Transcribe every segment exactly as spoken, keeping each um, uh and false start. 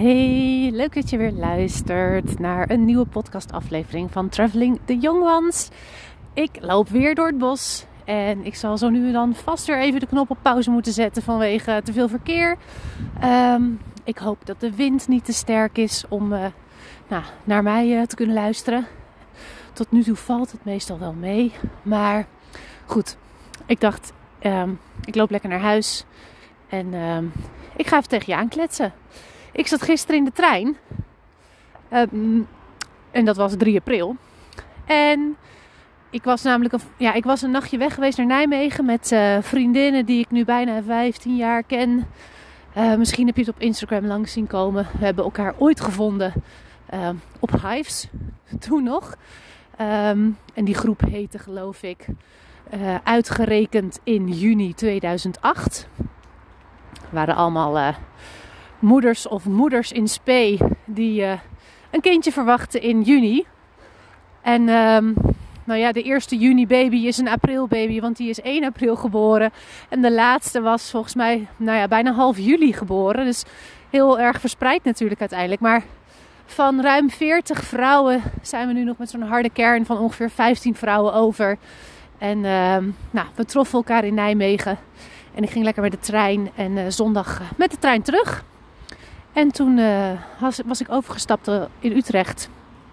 Hey, leuk dat je weer luistert naar een nieuwe podcastaflevering van Traveling the Young Ones. Ik loop weer door het bos en ik zal zo nu en dan vast weer even de knop op pauze moeten zetten vanwege te veel verkeer. Um, ik hoop dat de wind niet te sterk is om uh, nou, naar mij uh, te kunnen luisteren. Tot nu toe valt het meestal wel mee, maar goed, ik dacht um, ik loop lekker naar huis en um, ik ga even tegen je aankletsen. Ik zat gisteren in de trein. Um, en dat was drie april. En ik was namelijk een, ja, ik was een nachtje weg geweest naar Nijmegen met uh, vriendinnen die ik nu bijna vijftien jaar ken. Uh, misschien heb je het op Instagram langs zien komen. We hebben elkaar ooit gevonden uh, op Hives. Toen nog. Um, en die groep heette, geloof ik, uh, uitgerekend in juni tweeduizend acht. We waren allemaal Uh, moeders of moeders in spe die uh, een kindje verwachten in juni. En um, nou ja, de eerste juni baby is een april baby, want die is één april geboren. En de laatste was volgens mij nou ja, bijna half juli geboren. Dus heel erg verspreid natuurlijk uiteindelijk. Maar van ruim veertig vrouwen zijn we nu nog met zo'n harde kern van ongeveer vijftien vrouwen over. En um, nou, we troffen elkaar in Nijmegen. En ik ging lekker met de trein en uh, zondag met de trein terug. En toen uh, was, was ik overgestapt uh, in Utrecht.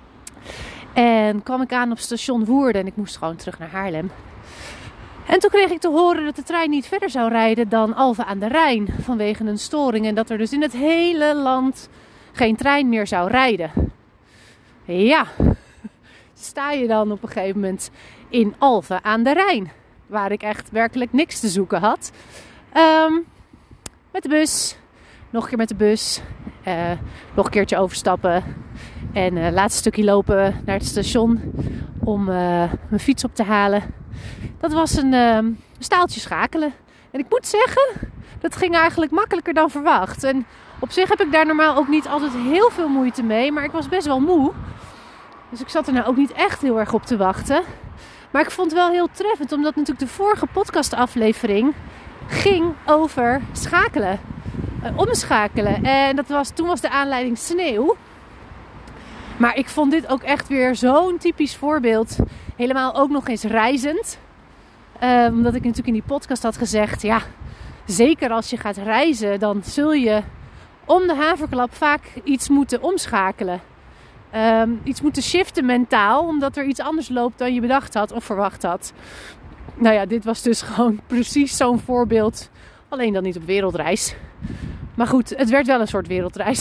En kwam ik aan op station Woerden en ik moest gewoon terug naar Haarlem. En toen kreeg ik te horen dat de trein niet verder zou rijden dan Alphen aan de Rijn vanwege een storing. En dat er dus in het hele land geen trein meer zou rijden. Ja, sta je dan op een gegeven moment in Alphen aan de Rijn. Waar ik echt werkelijk niks te zoeken had. Um, met de bus. Nog een keer met de bus. Uh, nog een keertje overstappen. En uh, laatste stukje lopen naar het station. Om uh, mijn fiets op te halen. Dat was een uh, staaltje schakelen. En ik moet zeggen, dat ging eigenlijk makkelijker dan verwacht. En op zich heb ik daar normaal ook niet altijd heel veel moeite mee. Maar ik was best wel moe. Dus ik zat er nou ook niet echt heel erg op te wachten. Maar ik vond het wel heel treffend. Omdat natuurlijk de vorige podcastaflevering ging over schakelen. Uh, omschakelen. En dat was, toen was de aanleiding sneeuw. Maar ik vond dit ook echt weer zo'n typisch voorbeeld. Helemaal ook nog eens reizend. Uh, omdat ik natuurlijk in die podcast had gezegd. Ja, zeker als je gaat reizen. Dan zul je om de haverklap vaak iets moeten omschakelen. Um, iets moeten shiften mentaal. Omdat er iets anders loopt dan je bedacht had of verwacht had. Nou ja, dit was dus gewoon precies zo'n voorbeeld. Alleen dan niet op wereldreis. Maar goed, het werd wel een soort wereldreis.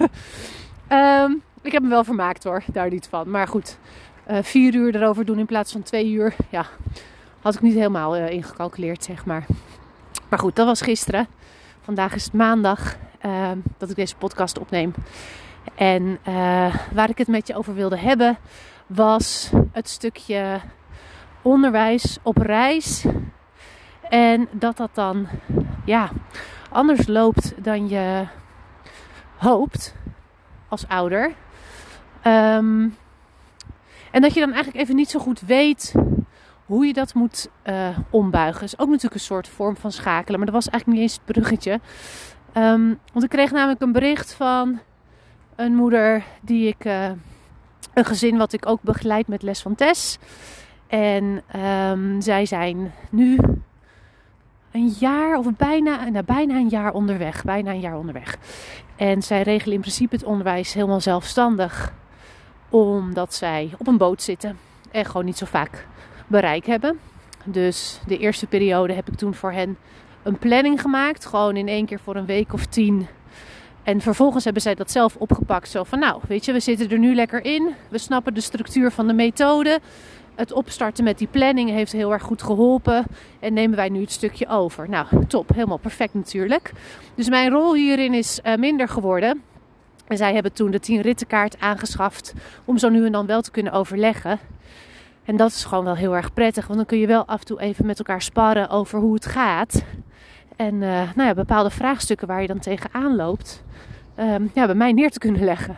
um, ik heb me wel vermaakt hoor, daar niet van. Maar goed, uh, vier uur erover doen in plaats van twee uur. Ja, had ik niet helemaal uh, ingecalculeerd, zeg maar. Maar goed, dat was gisteren. Vandaag is het maandag uh, dat ik deze podcast opneem. En uh, waar ik het met je over wilde hebben, was het stukje onderwijs op reis. En dat dat dan ja, anders loopt dan je hoopt als ouder. Um, en dat je dan eigenlijk even niet zo goed weet hoe je dat moet uh, ombuigen. Dat is ook natuurlijk een soort vorm van schakelen. Maar dat was eigenlijk niet eens het bruggetje. Um, want ik kreeg namelijk een bericht van een moeder die ik Uh, een gezin wat ik ook begeleid met Les van Tess. En um, zij zijn nu een jaar of bijna, nou, bijna een jaar onderweg. Bijna een jaar onderweg. En zij regelen in principe het onderwijs helemaal zelfstandig. Omdat zij op een boot zitten. En gewoon niet zo vaak bereik hebben. Dus de eerste periode heb ik toen voor hen een planning gemaakt. Gewoon in één keer voor een week of tien. En vervolgens hebben zij dat zelf opgepakt. Zo van nou, weet je, we zitten er nu lekker in. We snappen de structuur van de methode. Het opstarten met die planning heeft heel erg goed geholpen. En nemen wij nu het stukje over. Nou, top. Helemaal perfect natuurlijk. Dus mijn rol hierin is uh, minder geworden. En zij hebben toen de tien rittenkaart aangeschaft. Om zo nu en dan wel te kunnen overleggen. En dat is gewoon wel heel erg prettig. Want dan kun je wel af en toe even met elkaar sparren over hoe het gaat. En uh, nou ja, bepaalde vraagstukken waar je dan tegenaan loopt. Um, ja, bij mij neer te kunnen leggen.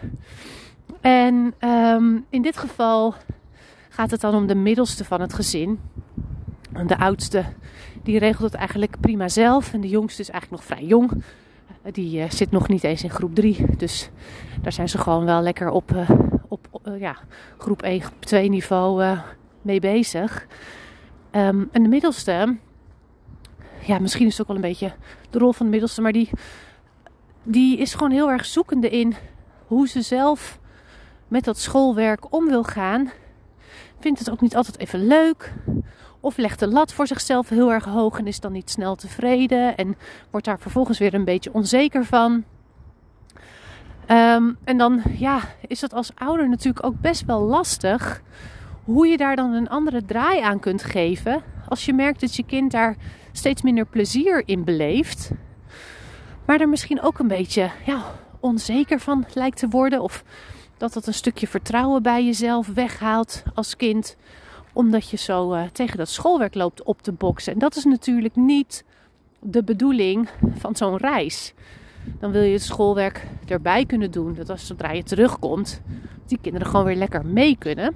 En um, in dit geval gaat het dan om de middelste van het gezin. De oudste, die regelt het eigenlijk prima zelf. En de jongste is eigenlijk nog vrij jong. Die uh, zit nog niet eens in groep drie. Dus daar zijn ze gewoon wel lekker op, uh, op uh, ja, groep één, groep twee niveau uh, mee bezig. Um, en de middelste, ja, misschien is het ook wel een beetje de rol van de middelste, maar die, die is gewoon heel erg zoekende in hoe ze zelf met dat schoolwerk om wil gaan. Vindt het ook niet altijd even leuk. Of legt de lat voor zichzelf heel erg hoog en is dan niet snel tevreden. En wordt daar vervolgens weer een beetje onzeker van. Um, en dan ja, is dat als ouder natuurlijk ook best wel lastig. Hoe je daar dan een andere draai aan kunt geven. Als je merkt dat je kind daar steeds minder plezier in beleeft. Maar er misschien ook een beetje ja, onzeker van lijkt te worden. Of dat dat een stukje vertrouwen bij jezelf weghaalt als kind. Omdat je zo uh, tegen dat schoolwerk loopt op te boksen. En dat is natuurlijk niet de bedoeling van zo'n reis. Dan wil je het schoolwerk erbij kunnen doen. Dat als zodra je terugkomt, die kinderen gewoon weer lekker mee kunnen.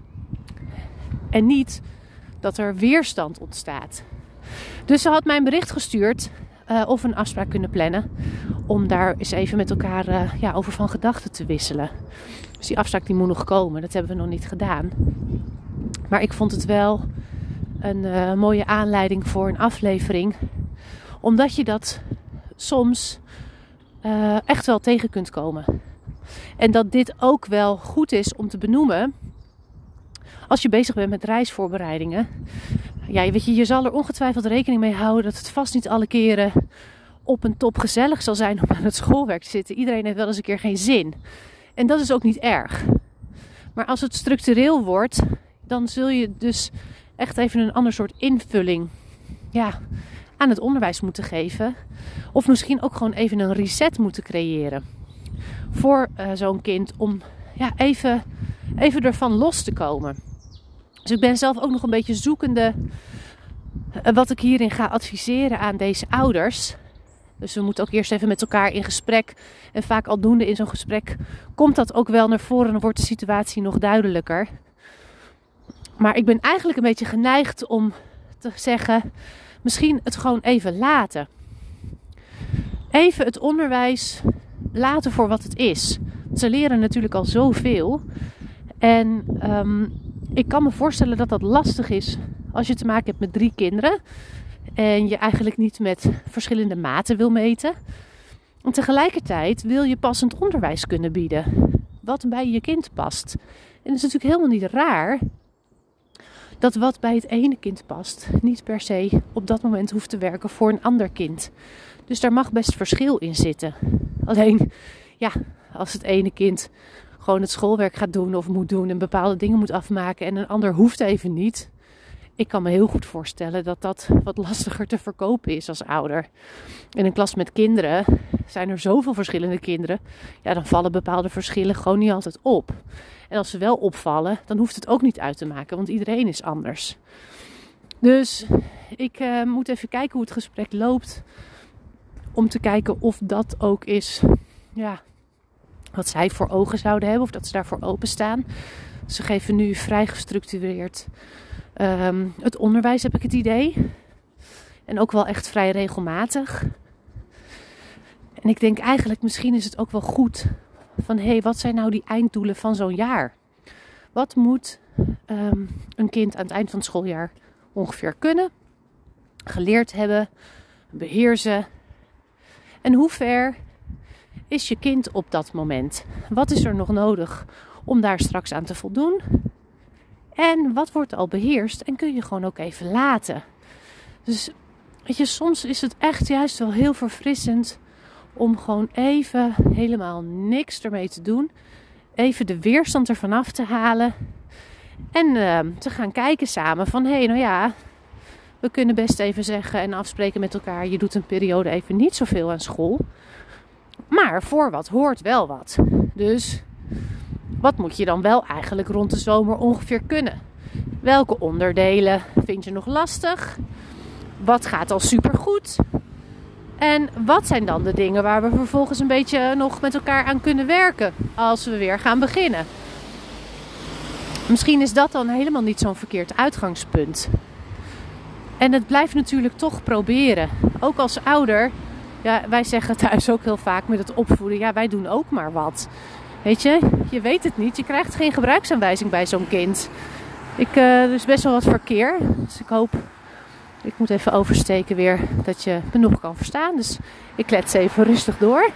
En niet dat er weerstand ontstaat. Dus ze had mij een bericht gestuurd uh, of we een afspraak kunnen plannen. Om daar eens even met elkaar uh, ja, over van gedachten te wisselen. Dus die afspraak die moet nog komen. Dat hebben we nog niet gedaan. Maar ik vond het wel een uh, mooie aanleiding voor een aflevering. Omdat je dat soms uh, echt wel tegen kunt komen. En dat dit ook wel goed is om te benoemen. Als je bezig bent met reisvoorbereidingen. Ja, weet je, je zal er ongetwijfeld rekening mee houden dat het vast niet alle keren op een top gezellig zal zijn om aan het schoolwerk te zitten. Iedereen heeft wel eens een keer geen zin. En dat is ook niet erg. Maar als het structureel wordt, dan zul je dus echt even een ander soort invulling ja, aan het onderwijs moeten geven. Of misschien ook gewoon even een reset moeten creëren. Voor uh, zo'n kind om ja, even, even ervan los te komen. Dus ik ben zelf ook nog een beetje zoekende uh, wat ik hierin ga adviseren aan deze ouders. Dus we moeten ook eerst even met elkaar in gesprek. En vaak aldoende in zo'n gesprek komt dat ook wel naar voren en dan wordt de situatie nog duidelijker. Maar ik ben eigenlijk een beetje geneigd om te zeggen, misschien het gewoon even laten. Even het onderwijs laten voor wat het is. Ze leren natuurlijk al zoveel. En um, ik kan me voorstellen dat dat lastig is als je te maken hebt met drie kinderen. En je eigenlijk niet met verschillende maten wil meten. En tegelijkertijd wil je passend onderwijs kunnen bieden. Wat bij je kind past. En het is natuurlijk helemaal niet raar dat wat bij het ene kind past niet per se op dat moment hoeft te werken voor een ander kind. Dus daar mag best verschil in zitten. Alleen, ja, als het ene kind gewoon het schoolwerk gaat doen of moet doen en bepaalde dingen moet afmaken en een ander hoeft even niet. Ik kan me heel goed voorstellen dat dat wat lastiger te verkopen is als ouder. In een klas met kinderen zijn er zoveel verschillende kinderen. Ja, dan vallen bepaalde verschillen gewoon niet altijd op. En als ze wel opvallen, dan hoeft het ook niet uit te maken, want iedereen is anders. Dus ik uh, moet even kijken hoe het gesprek loopt. Om te kijken of dat ook is ja, wat zij voor ogen zouden hebben. Of dat ze daarvoor openstaan. Ze geven nu vrij gestructureerd um, het onderwijs, heb ik het idee. En ook wel echt vrij regelmatig. En ik denk eigenlijk, misschien is het ook wel goed van, hé, hey, wat zijn nou die einddoelen van zo'n jaar? Wat moet um, een kind aan het eind van het schooljaar ongeveer kunnen, geleerd hebben, beheersen? En hoe ver is je kind op dat moment? Wat is er nog nodig om daar straks aan te voldoen? En wat wordt al beheerst en kun je gewoon ook even laten? Dus weet je, soms is het echt juist wel heel verfrissend om gewoon even helemaal niks ermee te doen. Even de weerstand ervan af te halen. En uh, te gaan kijken samen van, hé, hey, nou ja, we kunnen best even zeggen en afspreken met elkaar, je doet een periode even niet zoveel aan school. Maar voor wat hoort wel wat. Dus wat moet je dan wel eigenlijk rond de zomer ongeveer kunnen? Welke onderdelen vind je nog lastig? Wat gaat al supergoed? En wat zijn dan de dingen waar we vervolgens een beetje nog met elkaar aan kunnen werken als we weer gaan beginnen? Misschien is dat dan helemaal niet zo'n verkeerd uitgangspunt. En het blijft natuurlijk toch proberen. Ook als ouder Ja, wij zeggen thuis ook heel vaak met het opvoeden. Ja, wij doen ook maar wat. Weet je, je weet het niet. Je krijgt geen gebruiksaanwijzing bij zo'n kind. Ik, uh, er is best wel wat verkeer. Dus ik hoop, ik moet even oversteken weer, dat je me nog kan verstaan. Dus ik klets even rustig door.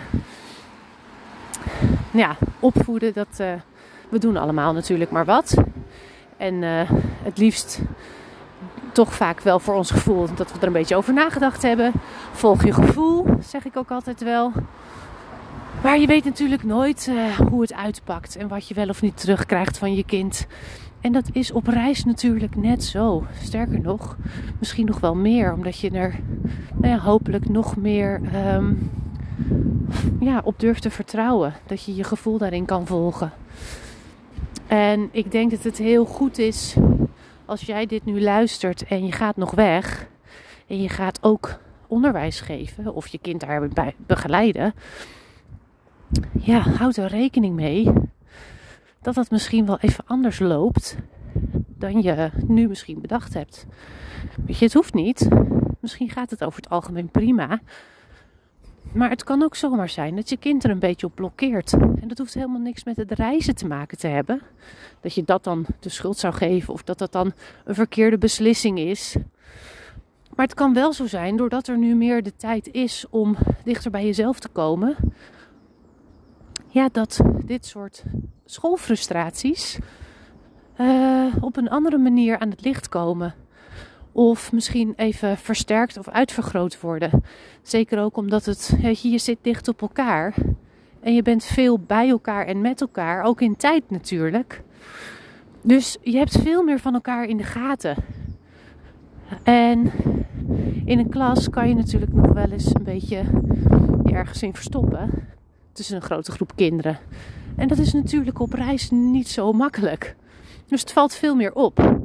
Ja, opvoeden, dat, uh, we doen allemaal natuurlijk maar wat. En uh, het liefst toch vaak wel voor ons gevoel dat we er een beetje over nagedacht hebben. Volg je gevoel, zeg ik ook altijd wel. Maar je weet natuurlijk nooit uh, hoe het uitpakt en wat je wel of niet terugkrijgt van je kind. En dat is op reis natuurlijk net zo. Sterker nog, misschien nog wel meer. Omdat je er nou ja, hopelijk nog meer um, ja, op durft te vertrouwen. Dat je je gevoel daarin kan volgen. En ik denk dat het heel goed is als jij dit nu luistert en je gaat nog weg. En je gaat ook onderwijs geven of je kind daarbij begeleiden. Ja, houd er rekening mee dat dat misschien wel even anders loopt dan je nu misschien bedacht hebt. Weet je, het hoeft niet. Misschien gaat het over het algemeen prima. Maar het kan ook zomaar zijn dat je kind er een beetje op blokkeert. En dat hoeft helemaal niks met het reizen te maken te hebben. Dat je dat dan de schuld zou geven of dat dat dan een verkeerde beslissing is. Maar het kan wel zo zijn, doordat er nu meer de tijd is om dichter bij jezelf te komen. Ja, dat dit soort schoolfrustraties uh, op een andere manier aan het licht komen. Of misschien even versterkt of uitvergroot worden. Zeker ook omdat het, weet je, je zit dicht op elkaar. En je bent veel bij elkaar en met elkaar. Ook in tijd natuurlijk. Dus je hebt veel meer van elkaar in de gaten. En in een klas kan je natuurlijk nog wel eens een beetje je ergens in verstoppen. Tussen een grote groep kinderen. En dat is natuurlijk op reis niet zo makkelijk. Dus het valt veel meer op.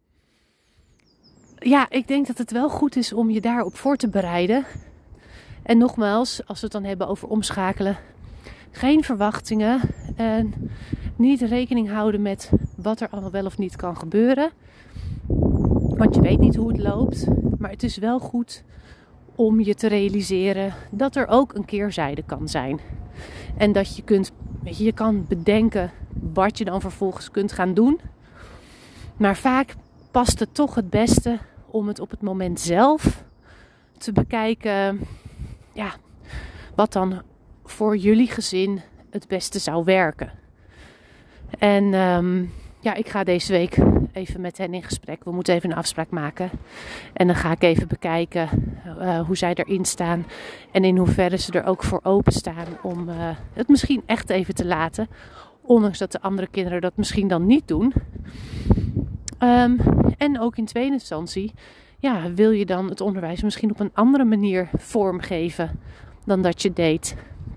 Ja, ik denk dat het wel goed is om je daarop voor te bereiden. En nogmaals, als we het dan hebben over omschakelen. Geen verwachtingen. En niet rekening houden met wat er allemaal wel of niet kan gebeuren. Want je weet niet hoe het loopt. Maar het is wel goed om je te realiseren dat er ook een keerzijde kan zijn. En dat je kunt, weet je, je kan bedenken wat je dan vervolgens kunt gaan doen. Maar vaak past het toch het beste om het op het moment zelf te bekijken. Ja, wat dan voor jullie gezin het beste zou werken. En um, ja, ik ga deze week even met hen in gesprek. We moeten even een afspraak maken. En dan ga ik even bekijken uh, hoe zij erin staan. En in hoeverre ze er ook voor openstaan om uh, het misschien echt even te laten. Ondanks dat de andere kinderen dat misschien dan niet doen. Um, en ook in tweede instantie, ja, wil je dan het onderwijs misschien op een andere manier vormgeven dan dat je deed.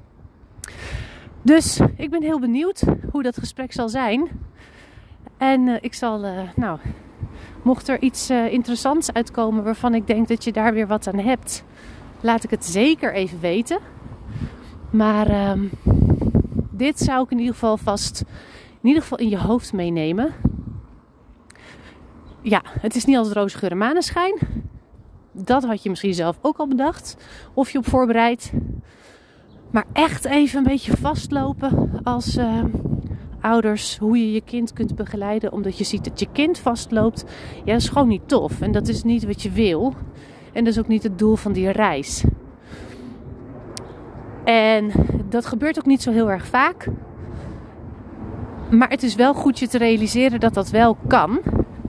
Dus ik ben heel benieuwd hoe dat gesprek zal zijn. En uh, ik zal, uh, nou, mocht er iets uh, interessants uitkomen waarvan ik denk dat je daar weer wat aan hebt, laat ik het zeker even weten. Maar um, dit zou ik in ieder geval vast, in ieder geval in je hoofd meenemen. Ja, het is niet altijd roze geur en maneschijn. Dat had je misschien zelf ook al bedacht. Of je op voorbereid. Maar echt even een beetje vastlopen als uh, ouders. Hoe je je kind kunt begeleiden. Omdat je ziet dat je kind vastloopt. Ja, dat is gewoon niet tof. En dat is niet wat je wil. En dat is ook niet het doel van die reis. En dat gebeurt ook niet zo heel erg vaak. Maar het is wel goed je te realiseren dat dat wel kan.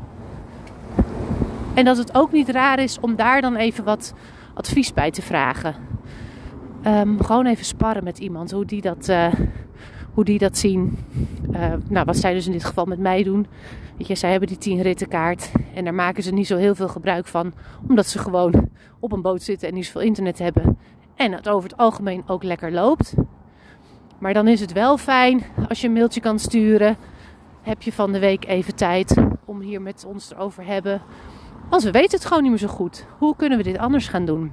En dat het ook niet raar is om daar dan even wat advies bij te vragen. Um, gewoon even sparren met iemand. Hoe die dat, uh, hoe die dat zien. Uh, nou, wat zij dus in dit geval met mij doen. Weet je, zij hebben die tien rittenkaart. En daar maken ze niet zo heel veel gebruik van. Omdat ze gewoon op een boot zitten en niet zoveel internet hebben. En het over het algemeen ook lekker loopt. Maar dan is het wel fijn als je een mailtje kan sturen. Heb je van de week even tijd om hier met ons erover te hebben. Want we weten het gewoon niet meer zo goed. Hoe kunnen we dit anders gaan doen?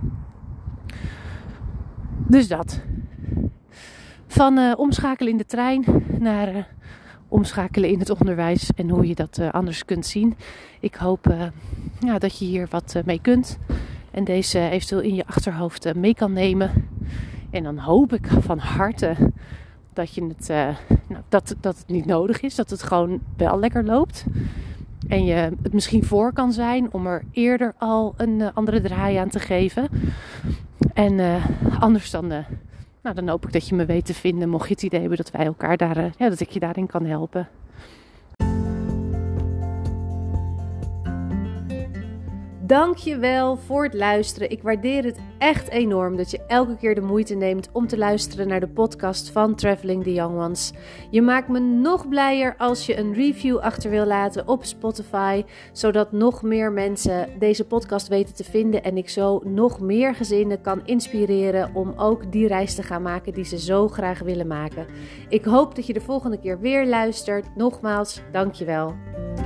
Dus dat. Van uh, omschakelen in de trein naar uh, omschakelen in het onderwijs. En hoe je dat uh, anders kunt zien. Ik hoop uh, ja, dat je hier wat uh, mee kunt. En deze eventueel in je achterhoofd mee kan nemen. En dan hoop ik van harte dat, je het, uh, nou, dat, dat het niet nodig is. Dat het gewoon wel lekker loopt. En je het misschien voor kan zijn om er eerder al een uh, andere draai aan te geven. En uh, anders dan, uh, nou, dan hoop ik dat je me weet te vinden. Mocht je het idee hebben dat wij elkaar daar, uh, ja, dat ik je daarin kan helpen. Dank je wel voor het luisteren. Ik waardeer het echt enorm dat je elke keer de moeite neemt om te luisteren naar de podcast van Traveling the Young Ones. Je maakt me nog blijer als je een review achter wil laten op Spotify, zodat nog meer mensen deze podcast weten te vinden en ik zo nog meer gezinnen kan inspireren om ook die reis te gaan maken die ze zo graag willen maken. Ik hoop dat je de volgende keer weer luistert. Nogmaals, dank je wel.